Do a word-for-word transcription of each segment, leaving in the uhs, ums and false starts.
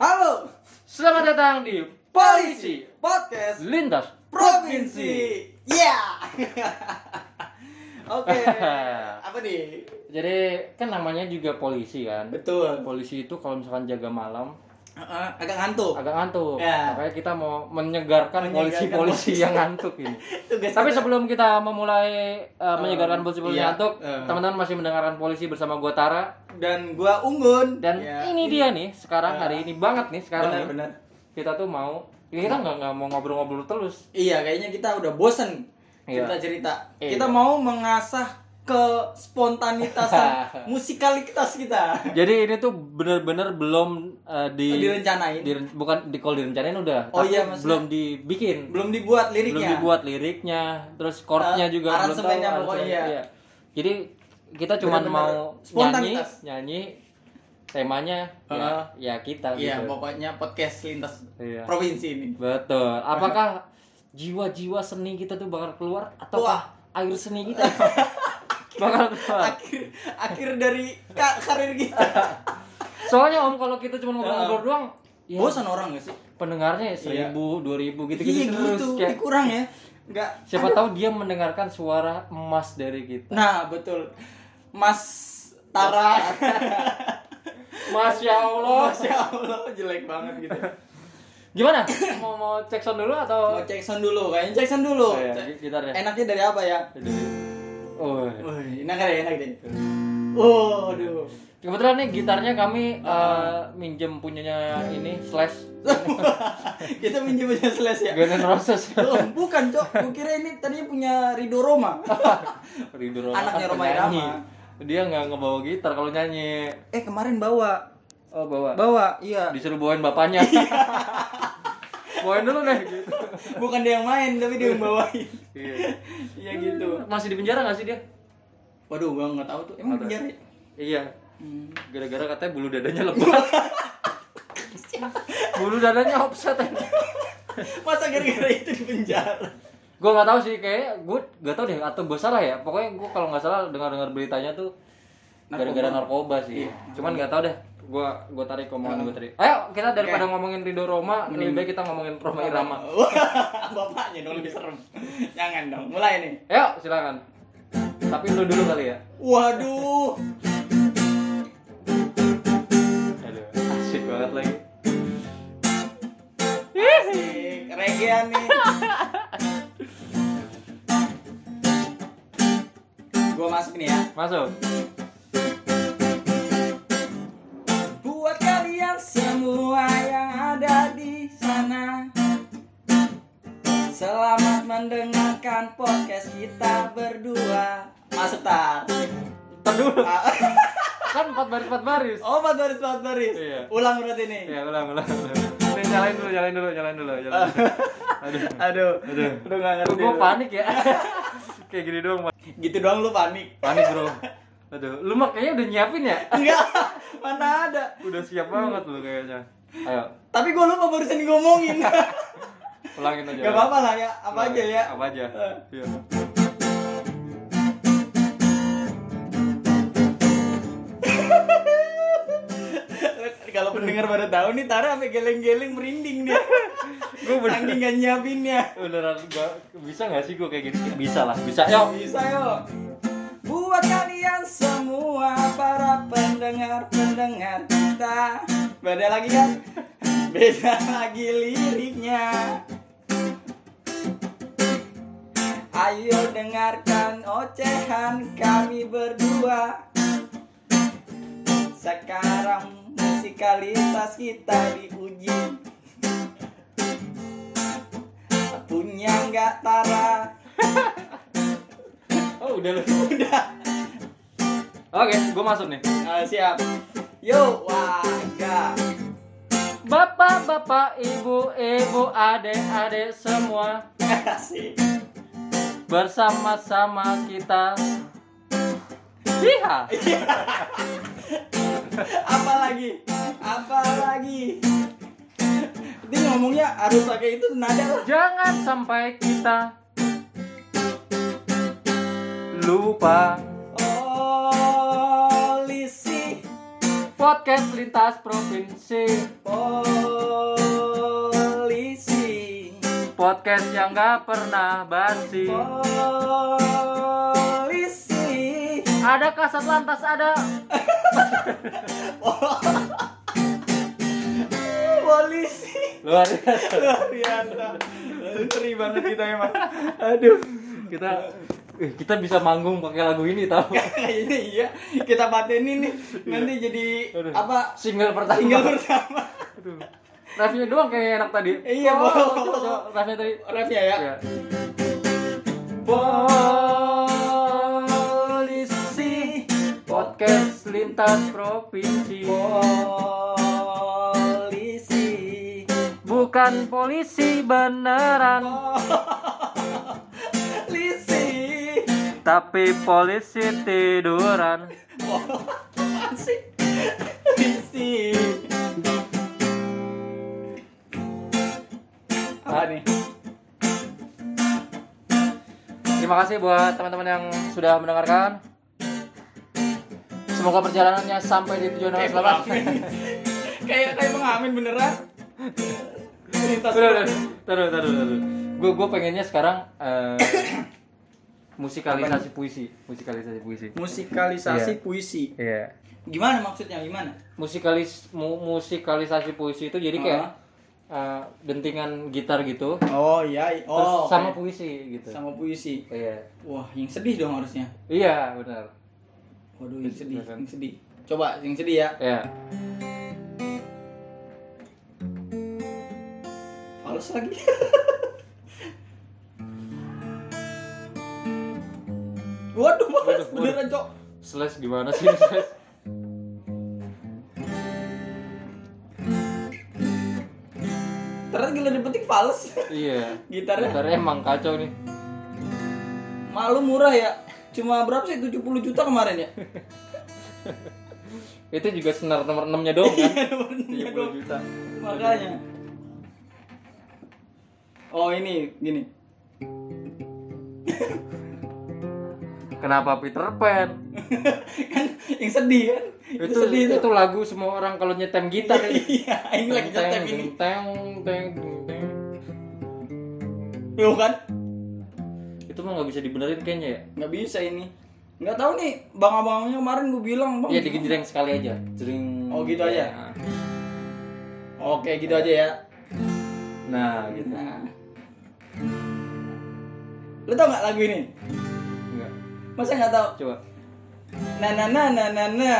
Halo, Selamat datang di Polisi Podcast Lintas Provinsi. Ya. Oke. Apa nih? Jadi kan namanya juga polisi kan. Betul. Polisi itu kalau misalkan jaga malam Uh, agak ngantuk. agak ngantuk. Ya. Makanya kita mau menyegarkan Menyegarkan polisi-polisi polisi. yang ngantuk ini. Tugas Tapi kita- sebelum kita memulai uh, menyegarkan polisi-polisi iya. yang ngantuk, Uh. teman-teman masih mendengarkan polisi bersama gua Tara. dan gua Unggun. Dan Ya, ini dia nih sekarang Uh. hari ini banget nih sekarang. nih. Benar-benar. Kita tuh mau ya kita nggak nggak mau ngobrol-ngobrol terus. Iya, kayaknya kita udah bosen Iya. cerita-cerita. Iya. Kita mau mengasah ke spontanitasan musikalitas kita. Jadi ini tuh benar-benar belum uh, di Direncanain. Diren- bukan di kalau direncanain udah, Oh tapi iya, maksudnya- belum dibikin, Belum dibuat belum liriknya. dibuat liriknya, terus chordnya Uh, juga belum tahu. aransemennya pokoknya, aransemennya, iya. iya. Jadi kita cuma Benar-benar mau nyanyi, spontanitas. nyanyi temanya ya, Uh, ya kita Iya, gitu. pokoknya podcast lintas Iya. provinsi ini. Betul. Apakah jiwa-jiwa seni kita tuh bakal keluar atau Wah. air seni kita bakal keluar? akhir akhir dari ka- karir kita. Soalnya Om kalau kita cuma ngobrol-ngobrol doang, ya, Bosan orang gak sih? pendengarnya seribu, dua ribu Iya gitu-gitu terus gitu, kayak kurang ya. Enggak. siapa tahu dia mendengarkan suara emas dari kita. Nah, betul. Mas Tara. Masya Allah. Masya Allah, jelek banget gitu. Gimana? Mau mau cek sound dulu atau? Mau cek sound dulu, kayaknya cek sound dulu. Oh, iya, Cek- gitar ya. Enaknya dari apa ya? Oh. Wih, enak deh, enak deh. Oh, aduh. Kebetulan nih gitarnya kami uh, minjem punyanya ini Slash. Kita minjem aja Slash ya. Guns N' Roses. Oh, bukan, Cok. Gua kira ini tadinya punya Rido Roma. Ridho Roma Anaknya kan Roma penyanyi. Irama. Dia nggak ngebawa gitar kalau nyanyi. Eh, kemarin bawa. Oh bawa. Bawa, iya. Disuruh bawain bapaknya. Bawain dulu deh gitu. Bukan dia yang main, tapi dia yang bawain. Iya. Iya gitu. Masih di penjara nggak sih dia? Waduh, gua nggak tahu tuh. Emang Nggak tahu. penjara ya? Iya. Hmm. Gara-gara katanya bulu dadanya lebat. Bulu dadanya offset aja. Masa gara-gara itu di penjara? Gue nggak tahu sih, kayak gue nggak tahu deh atau gue salah ya. Pokoknya gue kalau nggak salah dengar-dengar beritanya tuh gara-gara narkoba sih. Iya. Cuman nggak tahu deh. Gue gue tarik omongan gue tarik. Ayo kita daripada Oke. ngomongin Ridho Roma, Mending- lebih baik kita ngomongin Roma Irama. Wah, bapaknya dong lebih serem. Jangan dong. Mulai nih. Ayo silakan. Tapi lu dulu kali ya. Waduh. Aduh, asik banget lagi. Asik. Reggaean nih. Gua masuk nih ya. Masuk. Buat kalian semua yang ada di sana, selamat mendengarkan podcast kita berdua. Masuk tar. Ntar dulu. Ah, Kan empat baris empat baris. Oh, empat baris, empat baris. Iya. Ulang berarti nih. Ya ulang ulang. ulang. Nih, nyalain dulu, nyalain dulu, nyalain dulu, nyalain dulu. Aduh. Aduh, Aduh. udah gak ngerti. Gue lu. panik ya. Kayak gini doang, Mas. Gitu doang lu panik. Panik, Bro. Aduh, lu mah kayaknya udah nyiapin ya? Enggak, mana ada. Udah siap banget lu kayaknya. Ayo, Tapi gue lupa barusan ngomongin. ulangin aja. Gak apa-apa lah ya, apa aja ya. Apa aja. Eh. Iya. Kalau pendengar pada tahu nih, Tara sampai geleng-geleng merinding dia. Gue Saking gak nyiapinnya. beneran gak bisa gak sih gue kayak gini? Bisa lah, bisa. Yuk. Bisa yuk. Buat kalian semua para pendengar-pendengar kita. Beda lagi kan? Beda lagi liriknya. Ayo dengarkan ocehan kami berdua. Sekarang musikalitas kita diuji. Punya nggak Tara? Oh, udah lu. Udah. Oke, gue masuk nih. Ah, siap. Yo, warga. Bapak-bapak, ibu-ibu, adik-adik semua, Asik. bersama-sama kita. Hiha. Apa lagi? Apa lagi? Ini ngomongnya harus pakai itu nada lah. Jangan sampai kita lupa. Polisi Podcast lintas provinsi. Polisi. Podcast yang gak pernah basi. Polisi. Ada kasat lantas ada. Polisi. Luar biasa. Luar biasa. Ngeri banget kita emang. Aduh. Kita eh, kita bisa manggung pakai lagu ini tau. Kayaknya iya. Kita patenin nih. Nanti jadi Aduh. apa? Single pertama. Single pertama. Aduh. Refnya doang kayak enak tadi. Iya, oh, Bro. coba, coba. Refnya tadi. Refnya ya. Iya. Polisi. Podcast lintas provinsi. Polisi. Bukan polisi beneran, Polisi. tapi polisi tiduran. Apaan sih? Polisi. Apa nih? Terima kasih buat teman-teman yang sudah mendengarkan. Semoga perjalanannya sampai di tujuan dengan Kayak selamat. pengamen. Kayak kayak pengamen beneran. Lintas Udah, udah, taruh, taruh, taruh. Gue gue pengennya sekarang eh, musikalisasi puisi, musikalisasi puisi. musikalisasi Iya. puisi. Iya. Gimana maksudnya? Gimana? Musikalis mu, musikalisasi puisi itu jadi kayak Oh. eh, dentingan gitar gitu. Oh iya. Terus Oh. sama oke. puisi gitu. Sama puisi. Iya. Wah, yang sedih dong harusnya. Iya, benar. Waduh, yang sedih, Iya kan? yang sedih. Coba yang sedih ya. Iya. Fals lagi. Waduh, Waduh, Mas, waduh. beneran, Cok. Slash gimana sih ini, slash? Ternyata gila dipetik fals. Iya. Gitarnya. Gitarnya emang kacau nih. Malu murah ya. Cuma berapa sih? tujuh puluh juta kemarin ya? Itu juga senar nomor enam-nya doang kan? Iya, nomor enam-nya tujuh puluh doang. juta. Makanya. Oh, ini gini. Kenapa Peter Pan? Kan yang sedih kan? Itu sedih itu lagu semua orang kalau nyetem gitar ini. Iya, ini lagi nyetem ini. Teng teng teng. Loh kan? Itu mah nggak bisa dibenerin kayaknya ya. Nggak bisa ini. Nggak tahu nih, bang abangnya kemarin gue bilang, Bang. Iya digenjreng sekali aja. Jering. Oh, gitu aja? Ya. Oke, gitu aja ya. Nah, gitu. Nah. Lu tau nggak lagu ini? Enggak. Masa nggak tahu? Coba. Na na na na na na.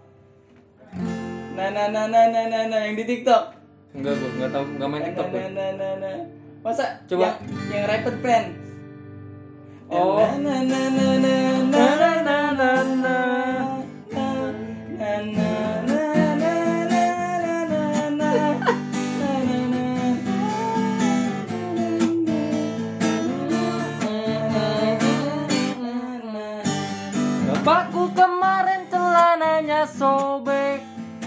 Na na na na na na na yang di TikTok. Enggak, gua enggak tahu, enggak main Na TikTok na gua. na na na. Masa Coba. yang, yang Rapid Pen. Oh. Na na na na na na na na na. Na na na na na na na na. Bapakku kemarin celananya sobek.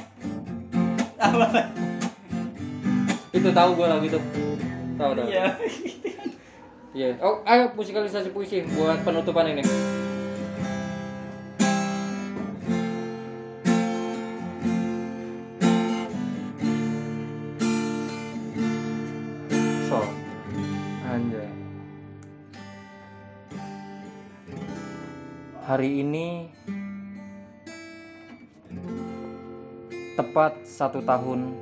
Apa? Itu tahu gua lagu itu. Tahu tahu. Iya. Iya. Oh, ayo musikalisasi puisi buat penutupan ini. So. Anjay. Hari ini tepat satu tahun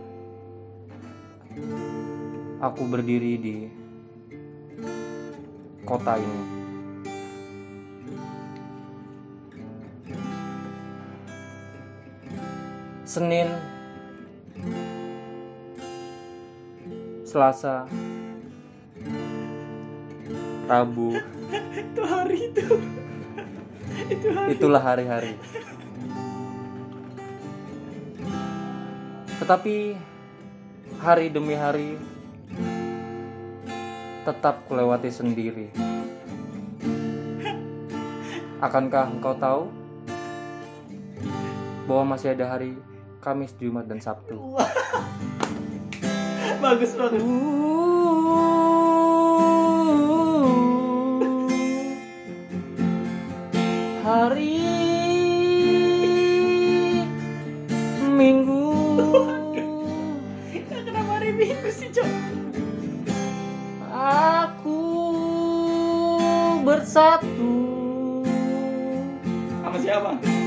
aku berdiri di kota ini. Senin, Selasa, Rabu, Itu hari itu. Itu hari. itulah hari-hari. Tetapi hari demi hari tetap kulewati sendiri. Akankah engkau tahu bahwa masih ada hari Kamis, Jumat, dan Sabtu? Bagus banget. Hari minggu sih, Cok? Aku bersatu Sama siapa?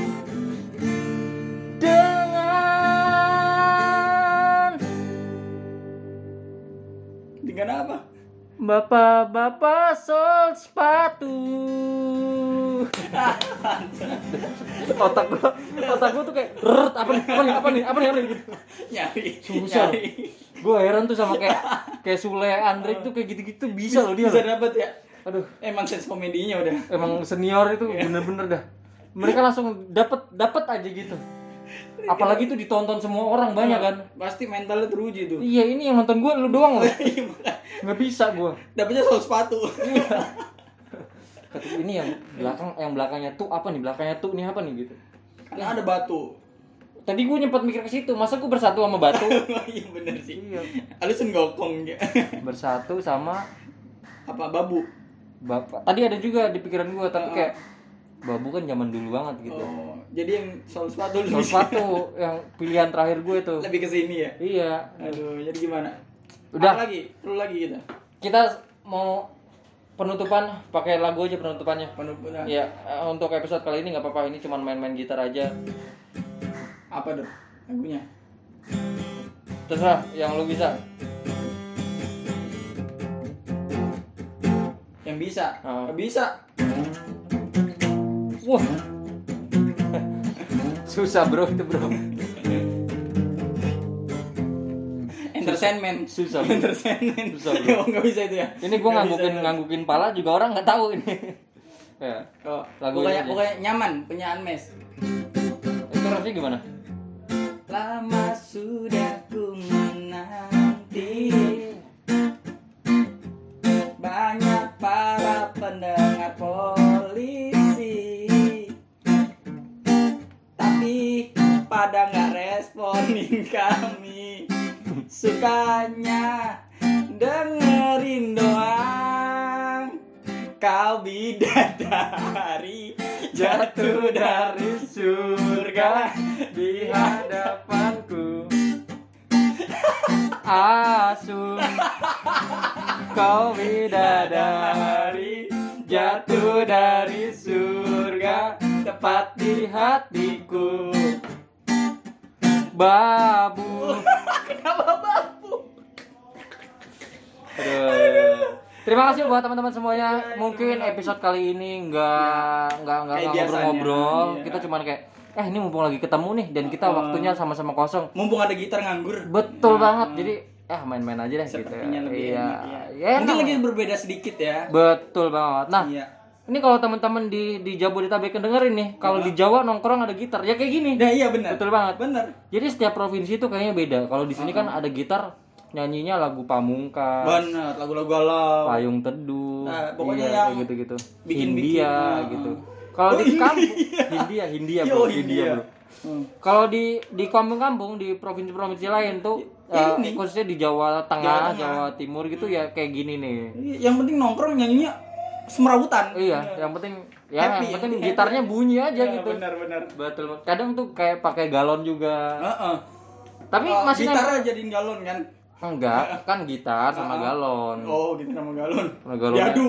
dengan Dengan apa? bapak-bapak sol sepatu. otak gua, otak gua tuh kayak rrrt, apa nih, apa nih, apa nih, apa nih, apa nih gitu. Nyari. Susah. Nyari. Gua heran tuh sama kayak kayak Sule Andrik tuh kayak gitu-gitu bisa loh dia. Bisa loh. dapat ya. Aduh, Emang sense komedinya udah. emang senior itu bener-bener dah. Mereka langsung dapat dapat aja gitu. Apalagi tuh ditonton semua orang banyak kan. Pasti mentalnya teruji tuh. Iya, ini yang nonton gua lu doang loh. Nggak bisa gua. Dapatnya soal sepatu. Kata ini yang belakang, yang belakangnya tuh apa nih? Belakangnya tuh ini apa nih gitu. Karena ada batu. Tadi gue nyempet mikir ke situ, masa gue bersatu sama batu? Iya bener sih. Iya. Alus gokong ya. Bersatu sama Apa babu? bapak. Tadi ada juga di pikiran gue, tapi kayak babu kan zaman dulu banget gitu. Oh, jadi yang soal sepatu Soal sepatu yang pilihan terakhir gue tuh. lebih ke sini ya. Iya. Aduh, jadi gimana? Udah. Apa lagi? Perlu lagi kita. Kita mau penutupan pakai lagu aja penutupannya. Penutupan. Ya, untuk episode kali ini nggak apa-apa, ini cuma main-main gitar aja. Apa dong lagunya? Terserah yang lu bisa. Yang bisa. Oh. Nggak bisa. Wah. Susah bro itu bro. Entertainment. Susah, bro. Entertainment. Susah, bro. Oh, nggak bisa itu ya. Ini gue Nggak nganggukin bisa. nganggukin pala juga orang nggak tahu ini. Ya. Oh, Lagu pokoknya, ini aja. pokoknya nyaman punya Anmes. Itu rasanya gimana? Lama sudah ku menanti, banyak para pendengar polisi, tapi pada nggak responin kami. Sukanya dengerin doang, kau bidadari jatuh dari surga di hadapanku. Asun kau bidadari jatuh dari surga tepat di hatiku. Babu. Kenapa babu? Aduh. Terima kasih buat teman-teman semuanya. Mungkin episode kali ini nggak nggak nggak Kayak ngobrol-ngobrol. biasanya, Kita iya. cuman kayak eh ini mumpung lagi ketemu nih dan kita Uh, waktunya sama-sama kosong. Mumpung ada gitar nganggur. Betul Nah, banget. Jadi ah main-main aja deh gitu. Sepertinya lebih Iya. enak ya. Ya, Mungkin enak. lagi berbeda sedikit ya. Betul banget. Nah, Iya. ini kalau teman-teman di di Jabodetabek dengerin nih, kalau di Jawa nongkrong ada gitar, ya kayak gini. Nah, iya benar. Betul banget. Benar. Jadi setiap provinsi itu kayaknya beda. Kalau di sini kan ada gitar nyanyinya lagu Pamungkas, Benar, lagu-lagu galau. Payung Teduh, Nah, pokoknya iya, yang kayak gitu-gitu. bikin-bikin, Hindia ah, gitu. ah. Kalau Oh, di iya. kampung Hindia, Hindia Yo, bro, Hindia. Hindia bro. Hmm. Kalau di di kampung-kampung di provinsi-provinsi lain tuh Ya, eh, ini. khususnya di Jawa Jawa Tengah, Tengah. Jawa Timur gitu ya kayak gini nih. Yang penting nongkrong nyanyinya semerawutan. Iya, yang penting ya Happy, yang penting happy. gitarnya bunyi aja Ya, gitu. benar-benar. Betul. Kadang tuh kayak pakai galon juga. Heeh. Tapi Oh, masih gitar nempel- jadiin galon kan? enggak, kan gitar sama Ah. galon. Oh, gitar sama galon. Mana galonnya? Diadu.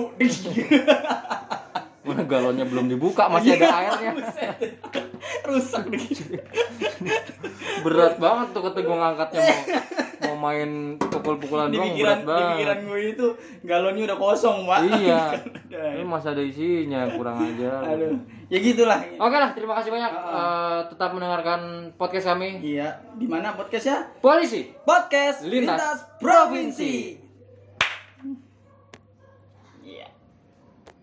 Mana galonnya belum dibuka, masih ada airnya. Buset. Rusak dikit. Berat banget tuh kata gue ngangkatnya mau mau main pukul-pukulan Di doang pikiran, berat di banget. pikiran gue itu galonnya udah kosong, Pak. Iya. Aduh. Ini masih ada isinya, kurang aja. Aduh. Ya gitulah. Oke lah, terima kasih banyak. Uh-uh. Eh, tetap mendengarkan podcast kami. Iya, di mana podcastnya? Polisi Podcast Lintas Lintas Provinsi.